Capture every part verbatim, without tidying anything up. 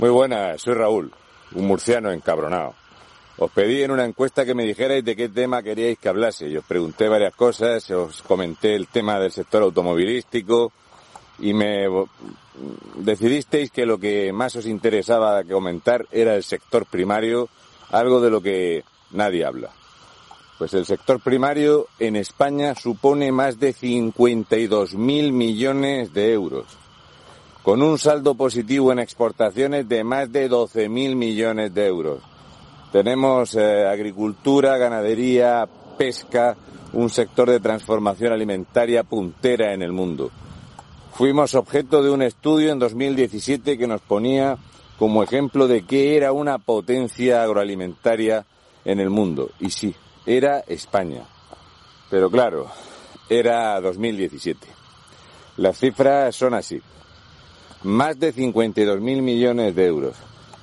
Muy buenas, soy Raúl, un murciano encabronado. Os pedí en una encuesta que me dijerais de qué tema queríais que hablase y os pregunté varias cosas, os comenté el tema del sector automovilístico y me decidisteis que lo que más os interesaba comentar era el sector primario, algo de lo que nadie habla. Pues el sector primario en España supone más de cincuenta y dos mil millones de euros, con un saldo positivo en exportaciones de más de doce mil millones de euros. Tenemos eh, agricultura, ganadería, pesca, un sector de transformación alimentaria puntera en el mundo. Fuimos objeto de un estudio en dos mil diecisiete que nos ponía como ejemplo de qué era una potencia agroalimentaria en el mundo. Y sí, era España. Pero claro, era dos mil diecisiete. Las cifras son así. Más de cincuenta y dos mil millones de euros.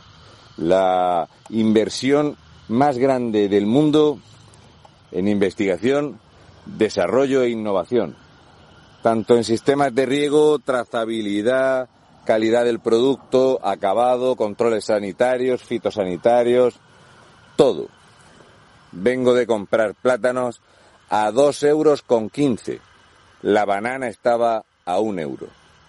La inversión más grande del mundo en investigación, desarrollo e innovación. Tanto en sistemas de riego, trazabilidad, calidad del producto, acabado, controles sanitarios, fitosanitarios, todo. Vengo de comprar plátanos a dos euros con quince. La banana estaba a un euro.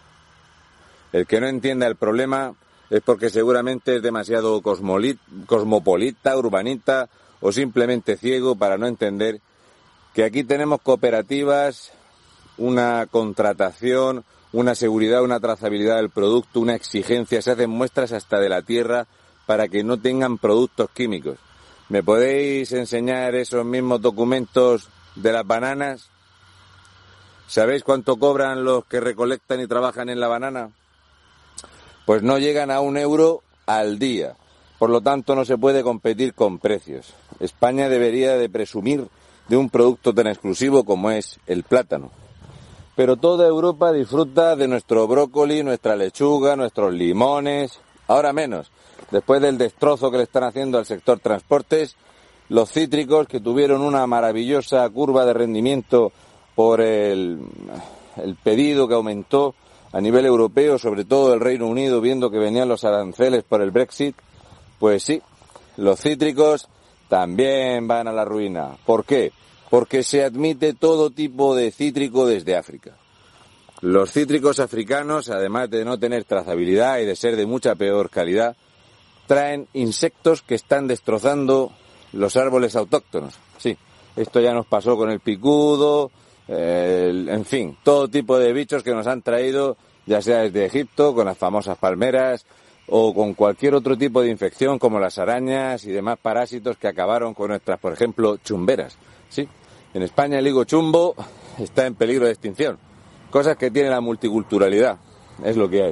El que no entienda el problema es porque seguramente es demasiado cosmopolita, urbanita o simplemente ciego para no entender que aquí tenemos cooperativas, una contratación, una seguridad, una trazabilidad del producto, una exigencia, se hacen muestras hasta de la tierra para que no tengan productos químicos. ¿Me podéis enseñar esos mismos documentos de las bananas? ¿Sabéis cuánto cobran los que recolectan y trabajan en la banana? Pues no llegan a un euro al día. Por lo tanto, no se puede competir con precios. España debería de presumir de un producto tan exclusivo como es el plátano. Pero toda Europa disfruta de nuestro brócoli, nuestra lechuga, nuestros limones. Ahora menos. Después del destrozo que le están haciendo al sector transportes, los cítricos, que tuvieron una maravillosa curva de rendimiento por el, el pedido que aumentó a nivel europeo, sobre todo el Reino Unido, viendo que venían los aranceles por el Brexit, pues sí, los cítricos también van a la ruina. ¿Por qué? Porque se admite todo tipo de cítrico desde África. Los cítricos africanos, además de no tener trazabilidad y de ser de mucha peor calidad, traen insectos que están destrozando los árboles autóctonos. Sí, esto ya nos pasó con el picudo, eh, en fin, todo tipo de bichos que nos han traído, ya sea desde Egipto, con las famosas palmeras, o con cualquier otro tipo de infección como las arañas y demás parásitos que acabaron con nuestras, por ejemplo, chumberas. Sí, en España el higo chumbo está en peligro de extinción. Cosas que tiene la multiculturalidad, es lo que hay.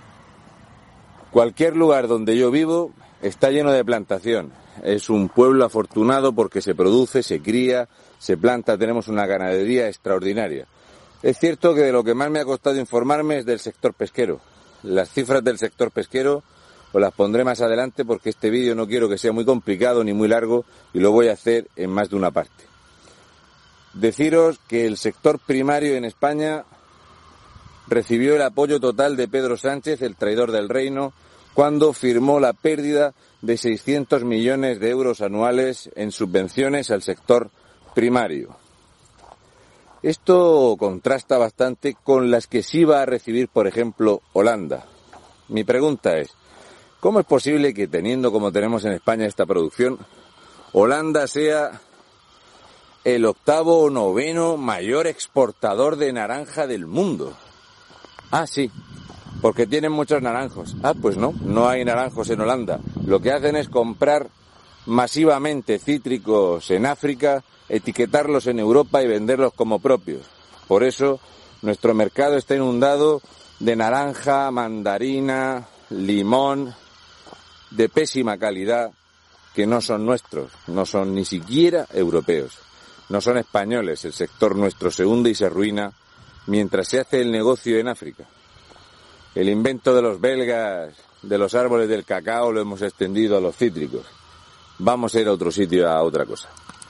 Cualquier lugar donde yo vivo está lleno de plantación. Es un pueblo afortunado porque se produce, se cría, se planta, tenemos una ganadería extraordinaria. Es cierto que de lo que más me ha costado informarme es del sector pesquero. Las cifras del sector pesquero os las pondré más adelante porque este vídeo no quiero que sea muy complicado ni muy largo y lo voy a hacer en más de una parte. Deciros que el sector primario en España recibió el apoyo total de Pedro Sánchez, el traidor del reino, cuando firmó la pérdida de seiscientos millones de euros anuales en subvenciones al sector primario. Esto contrasta bastante con las que sí va a recibir, por ejemplo, Holanda. Mi pregunta es, ¿cómo es posible que, teniendo como tenemos en España esta producción, Holanda sea el octavo o noveno mayor exportador de naranja del mundo? Ah, sí, porque tienen muchos naranjos. Ah, pues no, no hay naranjos en Holanda. Lo que hacen es comprar masivamente cítricos en África, etiquetarlos en Europa y venderlos como propios. Por eso nuestro mercado está inundado de naranja, mandarina, limón, de pésima calidad, que no son nuestros, no son ni siquiera europeos, no son españoles. El sector nuestro se hunde y se arruina mientras se hace el negocio en África. El invento de los belgas de los árboles del cacao lo hemos extendido a los cítricos. Vamos a ir a otro sitio, a otra cosa.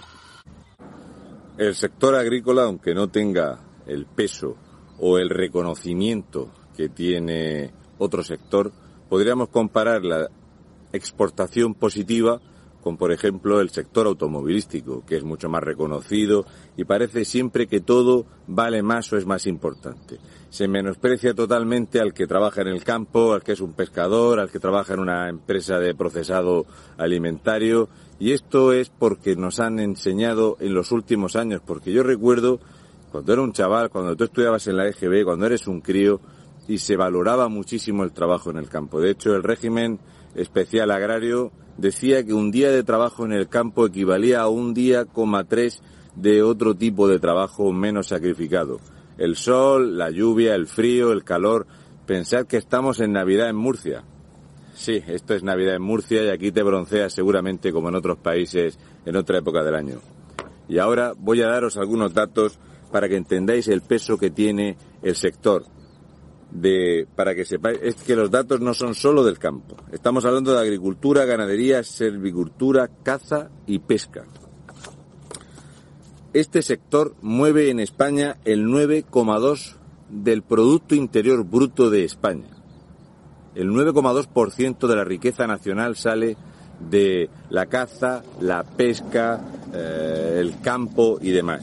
El sector agrícola, aunque no tenga el peso o el reconocimiento que tiene otro sector, podríamos comparar la exportación positiva con, por ejemplo, el sector automovilístico, que es mucho más reconocido y parece siempre que todo vale más o es más importante. Se menosprecia totalmente al que trabaja en el campo, al que es un pescador, al que trabaja en una empresa de procesado alimentario, y esto es porque nos han enseñado en los últimos años, porque yo recuerdo cuando era un chaval, cuando tú estudiabas en la E G B, cuando eres un crío, y se valoraba muchísimo el trabajo en el campo. De hecho, el régimen especial agrario decía que un día de trabajo en el campo equivalía a un día coma tres de otro tipo de trabajo menos sacrificado. El sol, la lluvia, el frío, el calor. Pensad que estamos en Navidad en Murcia. Sí, esto es Navidad en Murcia y aquí te bronceas seguramente como en otros países en otra época del año. Y ahora voy a daros algunos datos para que entendáis el peso que tiene el sector. De, para que sepáis, es que los datos no son solo del campo. Estamos hablando de agricultura, ganadería, silvicultura, caza y pesca. Este sector mueve en España el nueve coma dos del Producto Interior Bruto de España. El nueve coma dos por ciento de la riqueza nacional sale de la caza, la pesca, eh, el campo y demás.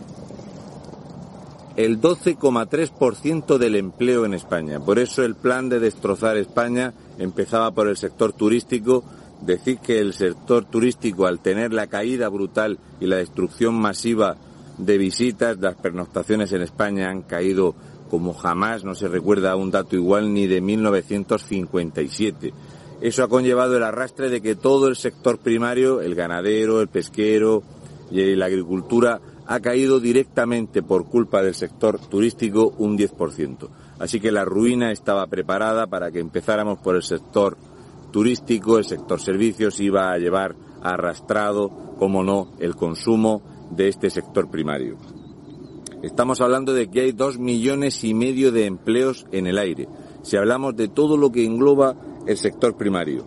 El doce coma tres por ciento del empleo en España. Por eso el plan de destrozar España empezaba por el sector turístico. Decir que el sector turístico, al tener la caída brutal y la destrucción masiva de visitas, las pernoctaciones en España han caído como jamás, no se recuerda un dato igual ni de mil novecientos cincuenta y siete. Eso ha conllevado el arrastre de que todo el sector primario, el ganadero, el pesquero y la agricultura, ha caído directamente por culpa del sector turístico un diez por ciento. Así que la ruina estaba preparada para que empezáramos por el sector turístico, el sector servicios iba a llevar arrastrado, como no, el consumo de este sector primario. Estamos hablando de que hay dos millones y medio de empleos en el aire, si hablamos de todo lo que engloba el sector primario.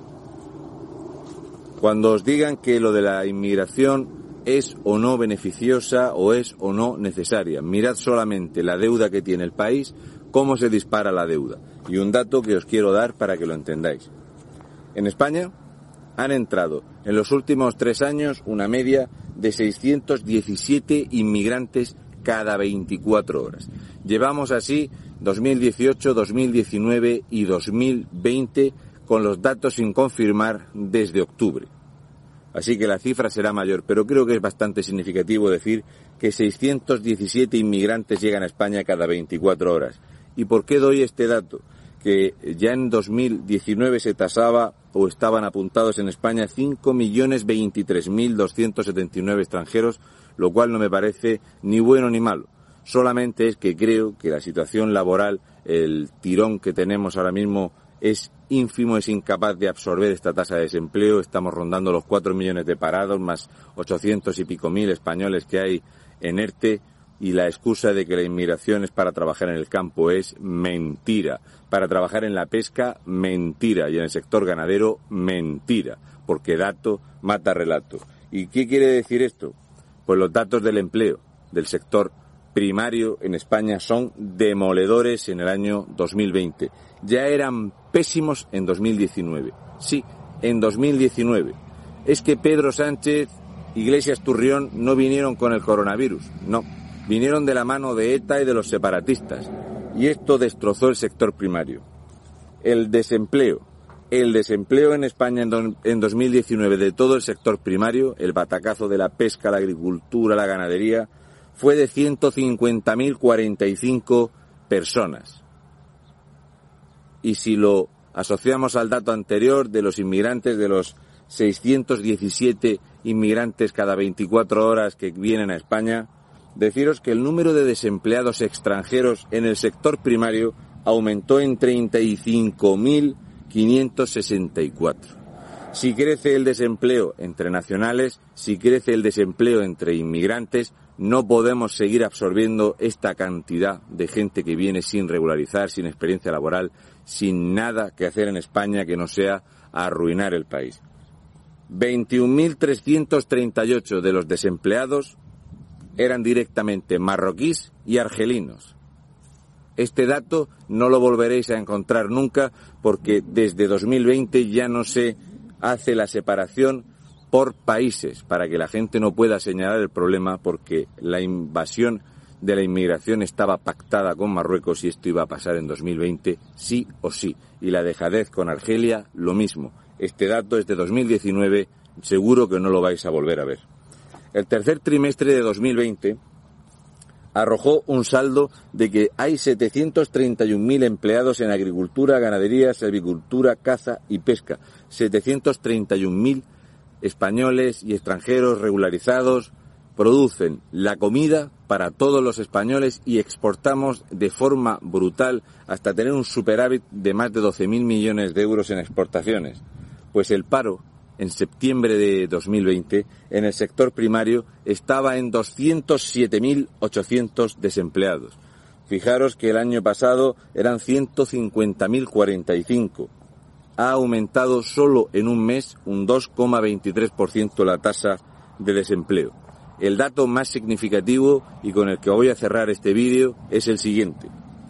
Cuando os digan que lo de la inmigración es o no beneficiosa o es o no necesaria. Mirad solamente la deuda que tiene el país, cómo se dispara la deuda. Y un dato que os quiero dar para que lo entendáis. En España han entrado en los últimos tres años una media de seiscientos diecisiete inmigrantes cada veinticuatro horas. Llevamos así dos mil dieciocho, dos mil diecinueve y dos mil veinte con los datos sin confirmar desde octubre. Así que la cifra será mayor, pero creo que es bastante significativo decir que seiscientos diecisiete inmigrantes llegan a España cada veinticuatro horas. ¿Y por qué doy este dato? Que ya en dos mil diecinueve se tasaba o estaban apuntados en España cinco millones veintitrés mil doscientos setenta y nueve extranjeros, lo cual no me parece ni bueno ni malo. Solamente es que creo que la situación laboral, el tirón que tenemos ahora mismo es ínfimo, es incapaz de absorber esta tasa de desempleo. Estamos rondando los cuatro millones de parados, más ochocientos y pico mil españoles que hay en ERTE, y la excusa de que la inmigración es para trabajar en el campo es mentira. Para trabajar en la pesca, mentira. Y en el sector ganadero, mentira. Porque dato mata relato. ¿Y qué quiere decir esto? Pues los datos del empleo del sector primario en España son demoledores en el año dos mil veinte. Ya eran pésimos en dos mil diecinueve. Sí, en dos mil diecinueve. Es que Pedro Sánchez, Iglesias Turrión no vinieron con el coronavirus, no. Vinieron de la mano de ETA y de los separatistas. Y esto destrozó el sector primario. El desempleo. El desempleo en España en, do, en dos mil diecinueve de todo el sector primario, el batacazo de la pesca, la agricultura, la ganadería, fue de ciento cincuenta mil cuarenta y cinco personas. Y si lo asociamos al dato anterior de los inmigrantes, de los seiscientos diecisiete inmigrantes cada veinticuatro horas que vienen a España, deciros que el número de desempleados extranjeros en el sector primario aumentó en treinta y cinco mil quinientos sesenta y cuatro. Si crece el desempleo entre nacionales, si crece el desempleo entre inmigrantes, no podemos seguir absorbiendo esta cantidad de gente que viene sin regularizar, sin experiencia laboral, sin nada que hacer en España que no sea arruinar el país. veintiún mil trescientos treinta y ocho de los desempleados eran directamente marroquíes y argelinos. Este dato no lo volveréis a encontrar nunca porque desde dos mil veinte ya no se hace la separación por países para que la gente no pueda señalar el problema porque la invasión de la inmigración estaba pactada con Marruecos y esto iba a pasar en dos mil veinte sí o sí. Y la dejadez con Argelia, lo mismo. Este dato es de dos mil diecinueve, seguro que no lo vais a volver a ver. El tercer trimestre de dos mil veinte arrojó un saldo de que hay setecientos treinta y un mil empleados en agricultura, ganadería, silvicultura, caza y pesca. setecientos treinta y un mil españoles y extranjeros regularizados producen la comida para todos los españoles y exportamos de forma brutal hasta tener un superávit de más de doce mil millones de euros en exportaciones. Pues el paro en septiembre de dos mil veinte en el sector primario estaba en doscientos siete mil ochocientos desempleados. Fijaros que el año pasado eran ciento cincuenta mil cuarenta y cinco. Ha aumentado solo en un mes un dos coma veintitrés por ciento la tasa de desempleo. El dato más significativo y con el que voy a cerrar este vídeo es el siguiente.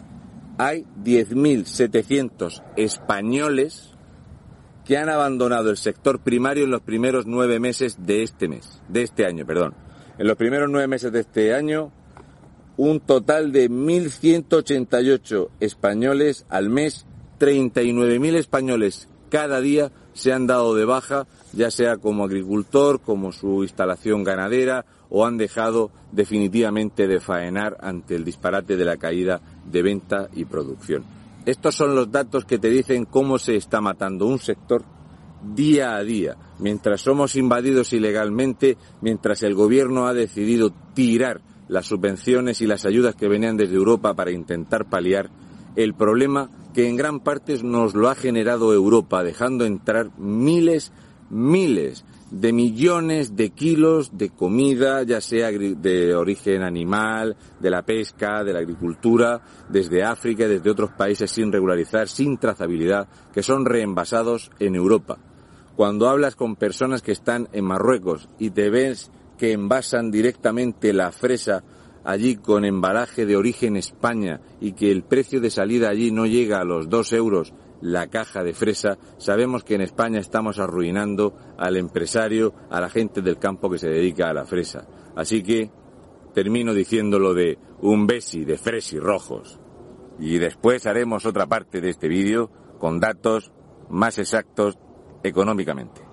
Hay diez mil setecientos españoles que han abandonado el sector primario en los primeros nueve meses de este mes, de este año, perdón. En los primeros nueve meses de este año, un total de mil ciento ochenta y ocho españoles al mes, treinta y nueve mil españoles cada día se han dado de baja, ya sea como agricultor, como su instalación ganadera, o han dejado definitivamente de faenar ante el disparate de la caída de venta y producción. Estos son los datos que te dicen cómo se está matando un sector día a día, mientras somos invadidos ilegalmente, mientras el gobierno ha decidido tirar las subvenciones y las ayudas que venían desde Europa para intentar paliar el problema que en gran parte nos lo ha generado Europa, dejando entrar miles, miles de millones de kilos de comida, ya sea de origen animal, de la pesca, de la agricultura, desde África y desde otros países sin regularizar, sin trazabilidad, que son reenvasados en Europa. Cuando hablas con personas que están en Marruecos y te ves que envasan directamente la fresa allí con embalaje de origen España y que el precio de salida allí no llega a los dos euros la caja de fresa, sabemos que en España estamos arruinando al empresario, a la gente del campo que se dedica a la fresa. Así que termino diciéndolo de un besi de fresi rojos. Y después haremos otra parte de este vídeo con datos más exactos económicamente.